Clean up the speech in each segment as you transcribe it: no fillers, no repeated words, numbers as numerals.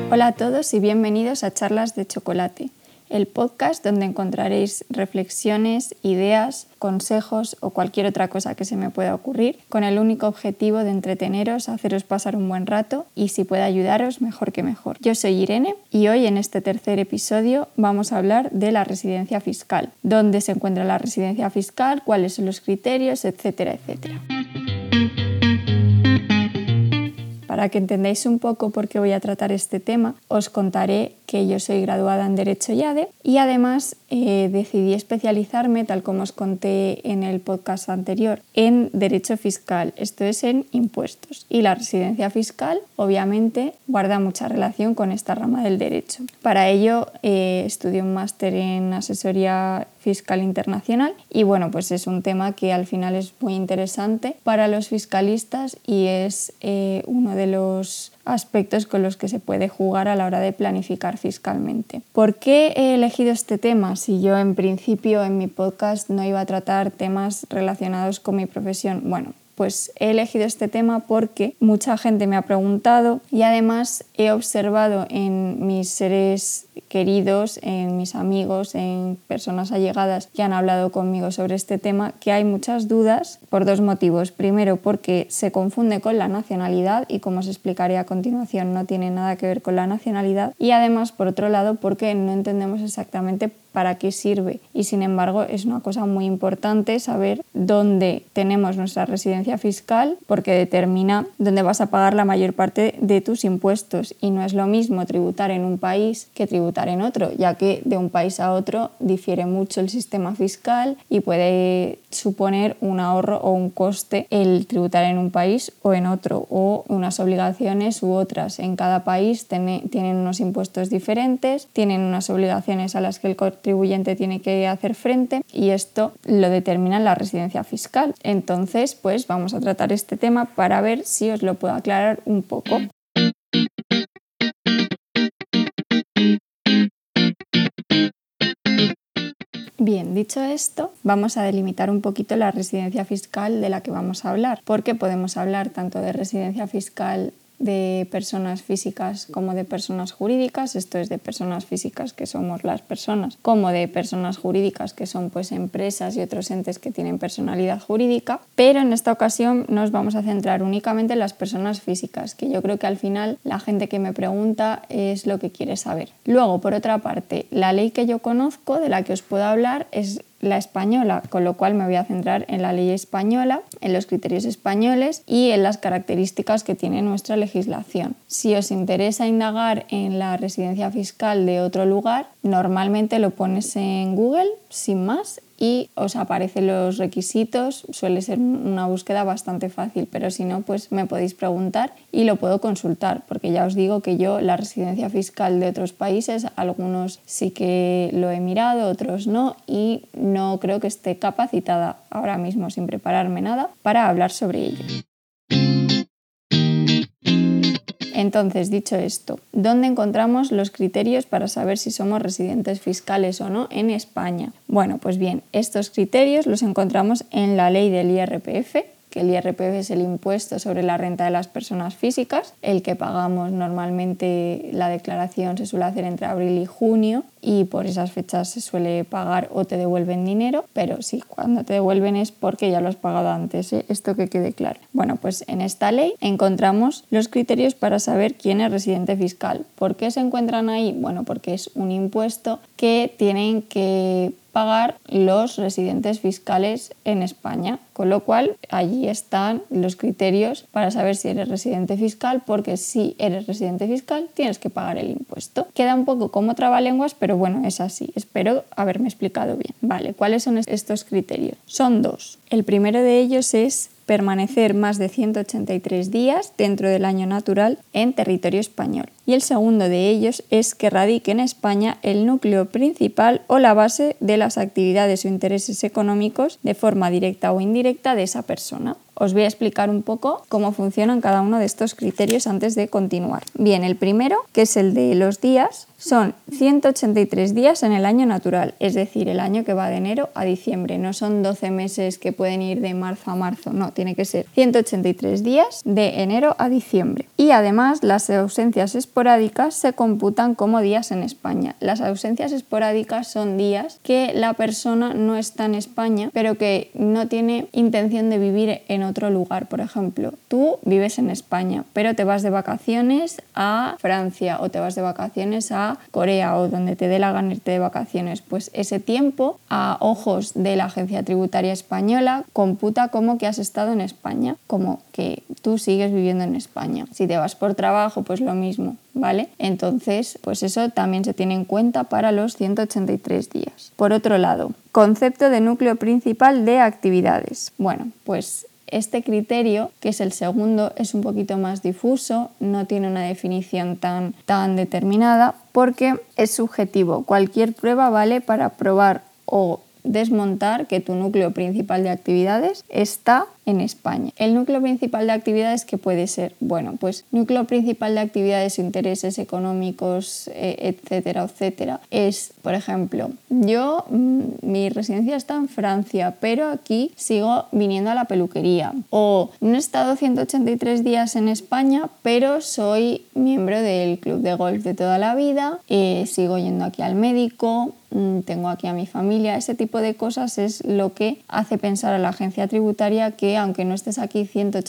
Hola a todos y bienvenidos a Charlas de Chocolate, el podcast donde encontraréis reflexiones, ideas, consejos o cualquier otra cosa que se me pueda ocurrir con el único objetivo de entreteneros, haceros pasar un buen rato y si puede ayudaros, mejor que mejor. Yo soy Irene y hoy en este tercer episodio vamos a hablar de la residencia fiscal, dónde se encuentra la residencia fiscal, cuáles son los criterios, etcétera, etcétera. Para que entendáis un poco por qué voy a tratar este tema, os contaré que yo soy graduada en Derecho IADE y además decidí especializarme, tal como os conté en el podcast anterior, en Derecho Fiscal, esto es en impuestos. Y la residencia fiscal, obviamente, guarda mucha relación con esta rama del derecho. Para ello, estudié un máster en asesoría fiscal internacional y bueno, pues es un tema que al final es muy interesante para los fiscalistas y es uno de los aspectos con los que se puede jugar a la hora de planificar fiscalmente. ¿Por qué he elegido este tema? Si yo en principio en mi podcast no iba a tratar temas relacionados con mi profesión, bueno, pues he elegido este tema porque mucha gente me ha preguntado y además he observado en mis seres queridos, en mis amigos, en personas allegadas que han hablado conmigo sobre este tema, que hay muchas dudas por dos motivos. Primero, porque se confunde con la nacionalidad y como os explicaré a continuación no tiene nada que ver con la nacionalidad y además por otro lado porque no entendemos exactamente para qué sirve y sin embargo es una cosa muy importante saber dónde tenemos nuestra residencia fiscal porque determina dónde vas a pagar la mayor parte de tus impuestos y no es lo mismo tributar en un país que tributar en otro, ya que de un país a otro difiere mucho el sistema fiscal y puede suponer un ahorro o un coste el tributar en un país o en otro o unas obligaciones u otras. En cada país tienen unos impuestos diferentes, tienen unas obligaciones a las que el contribuyente tiene que hacer frente y esto lo determina la residencia fiscal. Entonces, pues vamos a tratar este tema para ver si os lo puedo aclarar un poco. Bien, dicho esto, vamos a delimitar un poquito la residencia fiscal de la que vamos a hablar, porque podemos hablar tanto de residencia fiscal de personas físicas como de personas jurídicas, esto es de personas físicas que somos las personas, como de personas jurídicas que son pues empresas y otros entes que tienen personalidad jurídica, pero en esta ocasión nos vamos a centrar únicamente en las personas físicas, que yo creo que al final la gente que me pregunta es lo que quiere saber. Luego, por otra parte, la ley que yo conozco, de la que os puedo hablar, es la española, con lo cual me voy a centrar en la ley española, en los criterios españoles y en las características que tiene nuestra legislación. Si os interesa indagar en la residencia fiscal de otro lugar, normalmente lo pones en Google, sin más, y os aparecen los requisitos, suele ser una búsqueda bastante fácil, pero si no, pues me podéis preguntar y lo puedo consultar, porque ya os digo que yo la residencia fiscal de otros países, algunos sí que lo he mirado, otros no, y no creo que esté capacitada ahora mismo, sin prepararme nada, para hablar sobre ello. Entonces, dicho esto, ¿dónde encontramos los criterios para saber si somos residentes fiscales o no en España? Bueno, pues bien, estos criterios los encontramos en la ley del IRPF, que el IRPF es el impuesto sobre la renta de las personas físicas, el que pagamos normalmente. La declaración se suele hacer entre abril y junio y por esas fechas se suele pagar o te devuelven dinero, pero sí, cuando te devuelven es porque ya lo has pagado antes, ¿eh? Esto que quede claro. Bueno, pues en esta ley encontramos los criterios para saber quién es residente fiscal. ¿Por qué se encuentran ahí? Bueno, porque es un impuesto que tienen que pagar los residentes fiscales en España, con lo cual allí están los criterios para saber si eres residente fiscal, porque si eres residente fiscal tienes que pagar el impuesto. Queda un poco como trabalenguas, pero bueno, es así. Espero haberme explicado bien. Vale, ¿cuáles son estos criterios? Son dos. El primero de ellos es permanecer más de 183 días dentro del año natural en territorio español. Y el segundo de ellos es que radique en España el núcleo principal o la base de las actividades o intereses económicos de forma directa o indirecta de esa persona. Os voy a explicar un poco cómo funcionan cada uno de estos criterios antes de continuar. Bien, el primero, que es el de los días, son 183 días en el año natural, es decir, el año que va de enero a diciembre. No son 12 meses que pueden ir de marzo a marzo, no, tiene que ser 183 días de enero a diciembre. Y además las ausencias esporádicas se computan como días en España. Las ausencias esporádicas son días que la persona no está en España, pero que no tiene intención de vivir en otro lugar. Por ejemplo, tú vives en España, pero te vas de vacaciones a Francia o te vas de vacaciones a Corea o donde te dé la gana irte de vacaciones. Pues ese tiempo, a ojos de la Agencia Tributaria Española, computa como que has estado en España, como que tú sigues viviendo en España. Si te vas por trabajo, pues lo mismo, ¿vale? Entonces, pues eso también se tiene en cuenta para los 183 días. Por otro lado, concepto de núcleo principal de actividades. Bueno, pues este criterio, que es el segundo, es un poquito más difuso, no tiene una definición tan determinada porque es subjetivo. Cualquier prueba vale para probar o desmontar que tu núcleo principal de actividades está en España. El núcleo principal de actividades, ¿qué puede ser? Bueno, pues núcleo principal de actividades, intereses económicos, etcétera, etcétera, es, por ejemplo, yo, mi residencia está en Francia, pero aquí sigo viniendo a la peluquería. O no he estado 183 días en España, pero soy miembro del club de golf de toda la vida, sigo yendo aquí al médico, tengo aquí a mi familia. Ese tipo de cosas es lo que hace pensar a la agencia tributaria que aunque no estés aquí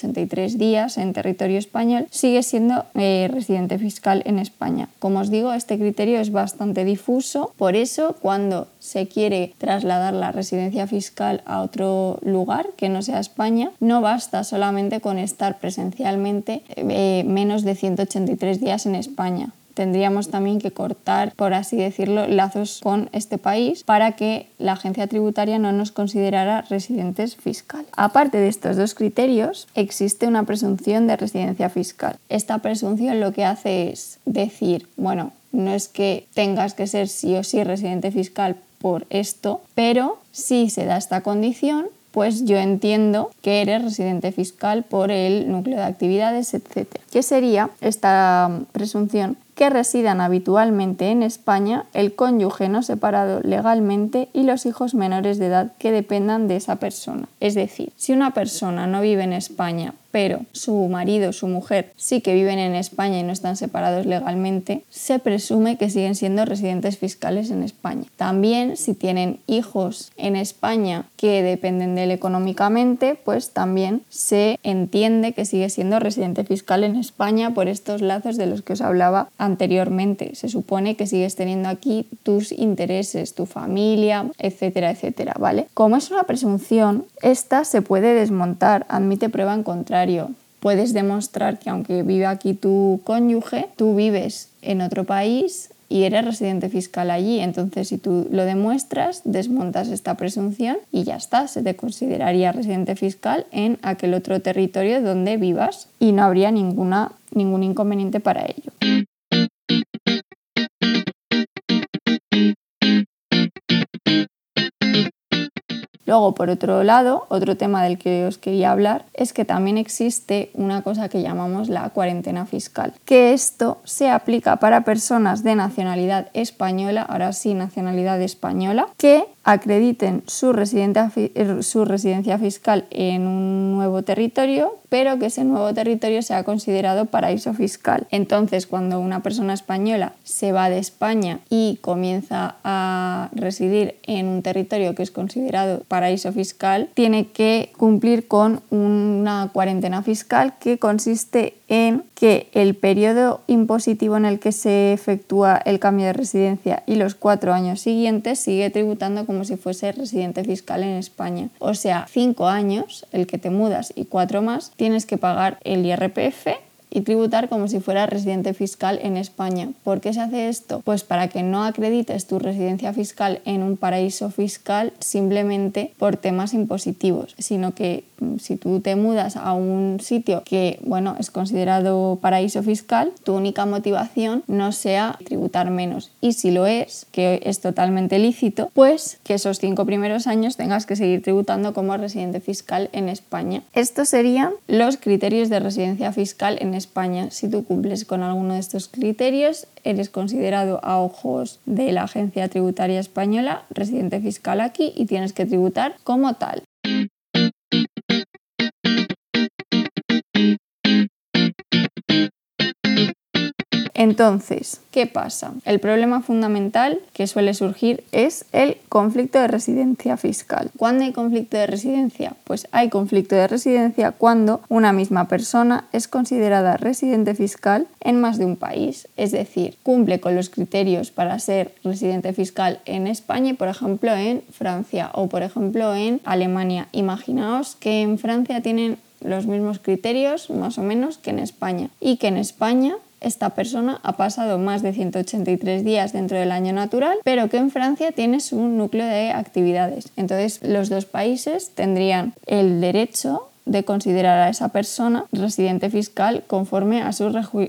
183 días en territorio español, sigues siendo residente fiscal en España. Como os digo, este criterio es bastante difuso, por eso cuando se quiere trasladar la residencia fiscal a otro lugar que no sea España, no basta solamente con estar presencialmente menos de 183 días en España. Tendríamos también que cortar, por así decirlo, lazos con este país para que la agencia tributaria no nos considerara residentes fiscales. Aparte de estos dos criterios, existe una presunción de residencia fiscal. Esta presunción lo que hace es decir, bueno, no es que tengas que ser sí o sí residente fiscal por esto, pero si se da esta condición, pues yo entiendo que eres residente fiscal por el núcleo de actividades, etc. ¿Qué sería esta presunción? Que residan habitualmente en España el cónyuge no separado legalmente y los hijos menores de edad que dependan de esa persona. Es decir, si una persona no vive en España, pero su marido, su mujer, sí que viven en España y no están separados legalmente, se presume que siguen siendo residentes fiscales en España. También, si tienen hijos en España que dependen de él económicamente, pues también se entiende que sigue siendo residente fiscal en España por estos lazos de los que os hablaba anteriormente. Se supone que sigues teniendo aquí tus intereses, tu familia, etcétera, etcétera, ¿vale? Como es una presunción, esta se puede desmontar, admite prueba en contrario. Puedes demostrar que aunque vive aquí tu cónyuge, tú vives en otro país y eres residente fiscal allí. Entonces, si tú lo demuestras, desmontas esta presunción y ya está, se te consideraría residente fiscal en aquel otro territorio donde vivas y no habría ningún inconveniente para ello. Luego, por otro lado, otro tema del que os quería hablar es que también existe una cosa que llamamos la cuarentena fiscal, que esto se aplica para personas de nacionalidad española, ahora sí nacionalidad española, que acrediten su residencia fiscal en un nuevo territorio, pero que ese nuevo territorio sea considerado paraíso fiscal. Entonces, cuando una persona española se va de España y comienza a residir en un territorio que es considerado paraíso fiscal, tiene que cumplir con una cuarentena fiscal que consiste en que el periodo impositivo en el que se efectúa el cambio de residencia y los 4 años siguientes sigue tributando como si fuese residente fiscal en España. O sea, 5 años, el que te mudas, y 4 más, tienes que pagar el IRPF y tributar como si fuera residente fiscal en España. ¿Por qué se hace esto? Pues para que no acredites tu residencia fiscal en un paraíso fiscal simplemente por temas impositivos, sino que si tú te mudas a un sitio que, bueno, es considerado paraíso fiscal, tu única motivación no sea tributar menos. Y si lo es, que es totalmente lícito, pues que esos 5 primeros años tengas que seguir tributando como residente fiscal en España. Estos serían los criterios de residencia fiscal en España. España. Si tú cumples con alguno de estos criterios, eres considerado a ojos de la Agencia Tributaria Española residente fiscal aquí y tienes que tributar como tal. Entonces, ¿qué pasa? El problema fundamental que suele surgir es el conflicto de residencia fiscal. ¿Cuándo hay conflicto de residencia? Pues hay conflicto de residencia cuando una misma persona es considerada residente fiscal en más de un país, es decir, cumple con los criterios para ser residente fiscal en España y, por ejemplo, en Francia o, por ejemplo, en Alemania. Imaginaos que en Francia tienen los mismos criterios, más o menos, que en España, y que en España esta persona ha pasado más de 183 días dentro del año natural, pero que en Francia tiene su núcleo de actividades. Entonces, los dos países tendrían el derecho de considerar a esa persona residente fiscal conforme a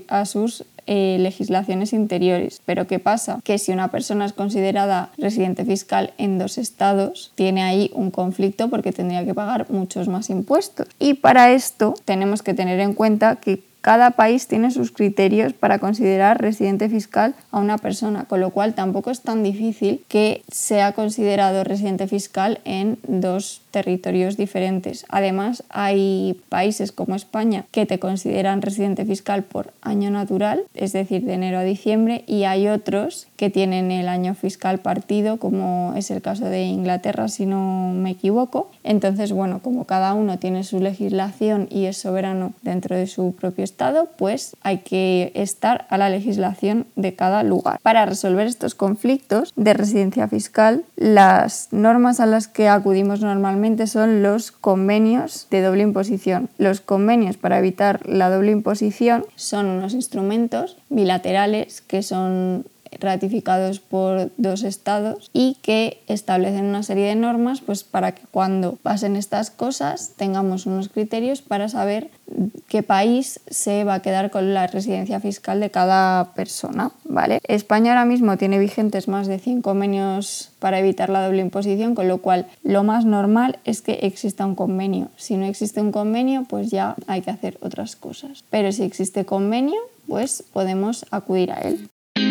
sus legislaciones interiores. Pero ¿qué pasa? Que si una persona es considerada residente fiscal en 2 estados, tiene ahí un conflicto porque tendría que pagar muchos más impuestos. Y para esto tenemos que tener en cuenta que cada país tiene sus criterios para considerar residente fiscal a una persona, con lo cual tampoco es tan difícil que sea considerado residente fiscal en 2 territorios diferentes. Además, hay países como España que te consideran residente fiscal por año natural, es decir, de enero a diciembre, y hay otros que tienen el año fiscal partido, como es el caso de Inglaterra, si no me equivoco. Entonces, bueno, como cada uno tiene su legislación y es soberano dentro de su propio estado, pues hay que estar a la legislación de cada lugar. Para resolver estos conflictos de residencia fiscal, las normas a las que acudimos normalmente son los convenios de doble imposición. Los convenios para evitar la doble imposición son unos instrumentos bilaterales que son ratificados por 2 estados y que establecen una serie de normas pues para que cuando pasen estas cosas tengamos unos criterios para saber qué país se va a quedar con la residencia fiscal de cada persona, ¿vale? España ahora mismo tiene vigentes más de 100 convenios para evitar la doble imposición, con lo cual lo más normal es que exista un convenio. Si no existe un convenio, pues ya hay que hacer otras cosas. Pero si existe convenio, pues podemos acudir a él.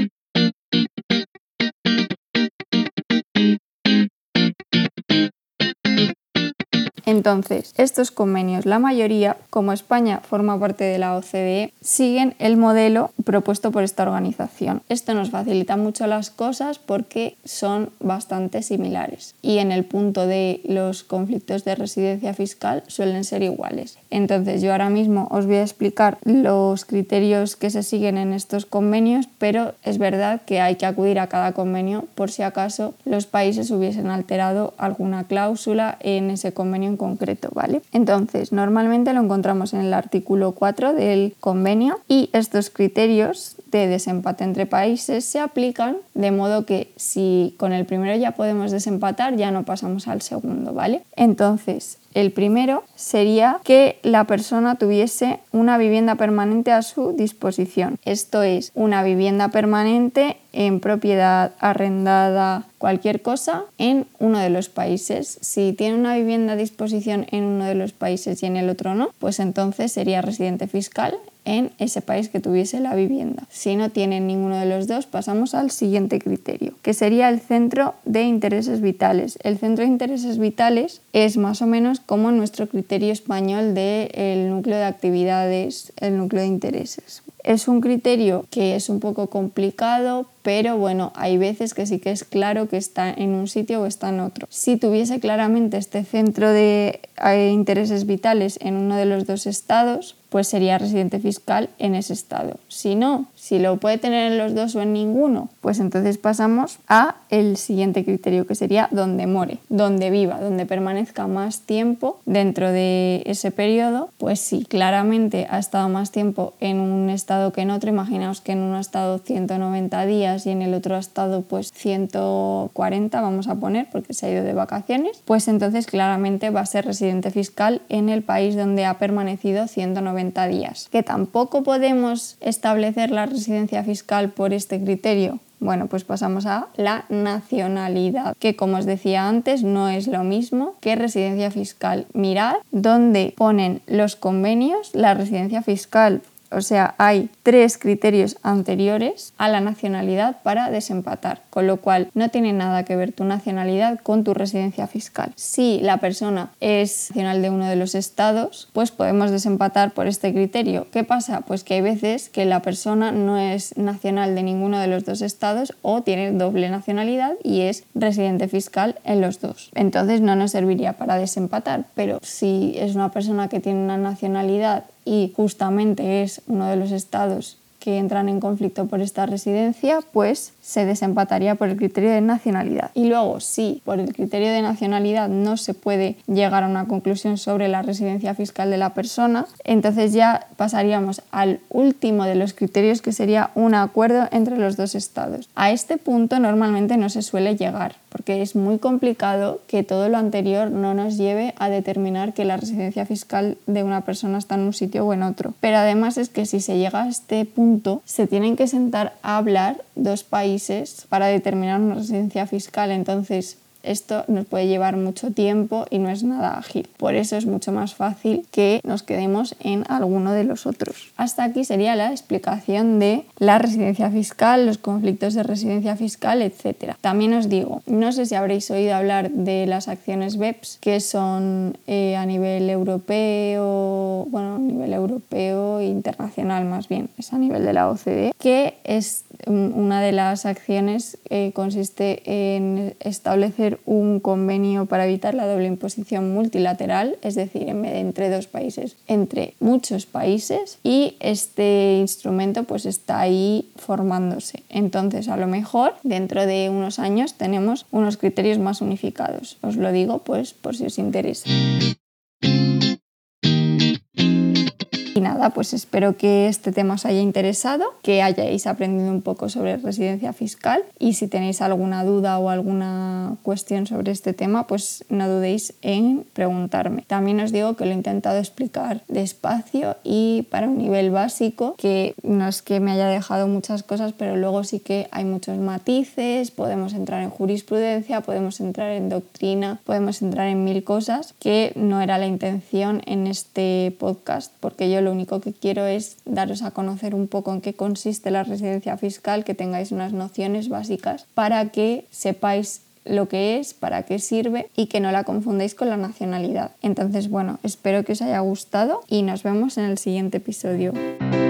Entonces, estos convenios, la mayoría, como España forma parte de la OCDE, siguen el modelo propuesto por esta organización. Esto nos facilita mucho las cosas porque son bastante similares y en el punto de los conflictos de residencia fiscal suelen ser iguales. Entonces, yo ahora mismo os voy a explicar los criterios que se siguen en estos convenios, pero es verdad que hay que acudir a cada convenio por si acaso los países hubiesen alterado alguna cláusula en ese convenio en concreto, ¿vale? Entonces, normalmente lo encontramos en el artículo 4 del convenio y estos criterios de desempate entre países se aplican de modo que si con el primero ya podemos desempatar, ya no pasamos al segundo, ¿vale? Entonces, el primero sería que la persona tuviese una vivienda permanente a su disposición. Esto es, una vivienda permanente en propiedad, arrendada, cualquier cosa en uno de los países. Si tiene una vivienda a disposición en uno de los países y en el otro no, pues entonces sería residente fiscal en ese país que tuviese la vivienda. Si no tiene ninguno de los dos, pasamos al siguiente criterio, que sería el centro de intereses vitales. El centro de intereses vitales es más o menos como nuestro criterio español del núcleo de actividades, el núcleo de intereses. Es un criterio que es un poco complicado, pero bueno, hay veces que sí que es claro que está en un sitio o está en otro. Si tuviese claramente este centro de intereses vitales en uno de los 2 estados, pues sería residente fiscal en ese estado. Si no, si lo puede tener en los 2 o en ninguno, pues entonces pasamos a el siguiente criterio, que sería donde more, donde viva, donde permanezca más tiempo dentro de ese periodo. Pues si claramente ha estado más tiempo en un estado que en otro, imaginaos que en uno ha estado 190 días y en el otro ha estado pues 140, vamos a poner, porque se ha ido de vacaciones, pues entonces claramente va a ser residente fiscal en el país donde ha permanecido 190 días. ¿Que tampoco podemos establecer la residencia fiscal por este criterio? Bueno, pues pasamos a la nacionalidad, que como os decía antes no es lo mismo que residencia fiscal. Mirad dónde ponen los convenios la residencia fiscal O sea, hay 3 criterios anteriores a la nacionalidad para desempatar, con lo cual no tiene nada que ver tu nacionalidad con tu residencia fiscal. Si la persona es nacional de uno de los estados, pues podemos desempatar por este criterio. ¿Qué pasa? Pues que hay veces que la persona no es nacional de ninguno de los 2 estados o tiene doble nacionalidad y es residente fiscal en los 2. Entonces no nos serviría para desempatar, pero si es una persona que tiene una nacionalidad y justamente es uno de los estados que entran en conflicto por esta residencia, pues se desempataría por el criterio de nacionalidad. Y luego, si por el criterio de nacionalidad no se puede llegar a una conclusión sobre la residencia fiscal de la persona, entonces ya pasaríamos al último de los criterios, que sería un acuerdo entre los 2 estados. A este punto normalmente no se suele llegar, porque es muy complicado que todo lo anterior no nos lleve a determinar que la residencia fiscal de una persona está en un sitio o en otro. Pero además es que si se llega a este punto, se tienen que sentar a hablar 2 países para determinar una residencia fiscal. Entonces esto nos puede llevar mucho tiempo y no es nada ágil. Por eso es mucho más fácil que nos quedemos en alguno de los otros. Hasta aquí sería la explicación de la residencia fiscal, los conflictos de residencia fiscal, etc. También os digo, no sé si habréis oído hablar de las acciones BEPS, que son a nivel europeo, a nivel europeo e internacional más bien, es a nivel de la OCDE, que es una de las acciones consiste en establecer un convenio para evitar la doble imposición multilateral, es decir, en vez de entre 2 países, entre muchos países, y este instrumento pues está ahí formándose. Entonces, a lo mejor dentro de unos años tenemos unos criterios más unificados. Os lo digo pues por si os interesa. Y nada, pues espero que este tema os haya interesado, que hayáis aprendido un poco sobre residencia fiscal, y si tenéis alguna duda o alguna cuestión sobre este tema, pues no dudéis en preguntarme. También os digo que lo he intentado explicar despacio y para un nivel básico, que no es que me haya dejado muchas cosas, pero luego sí que hay muchos matices, podemos entrar en jurisprudencia, podemos entrar en doctrina, podemos entrar en 1000 cosas, que no era la intención en este podcast, porque yo lo único que quiero es daros a conocer un poco en qué consiste la residencia fiscal, que tengáis unas nociones básicas para que sepáis lo que es, para qué sirve y que no la confundáis con la nacionalidad. Entonces, espero que os haya gustado y nos vemos en el siguiente episodio.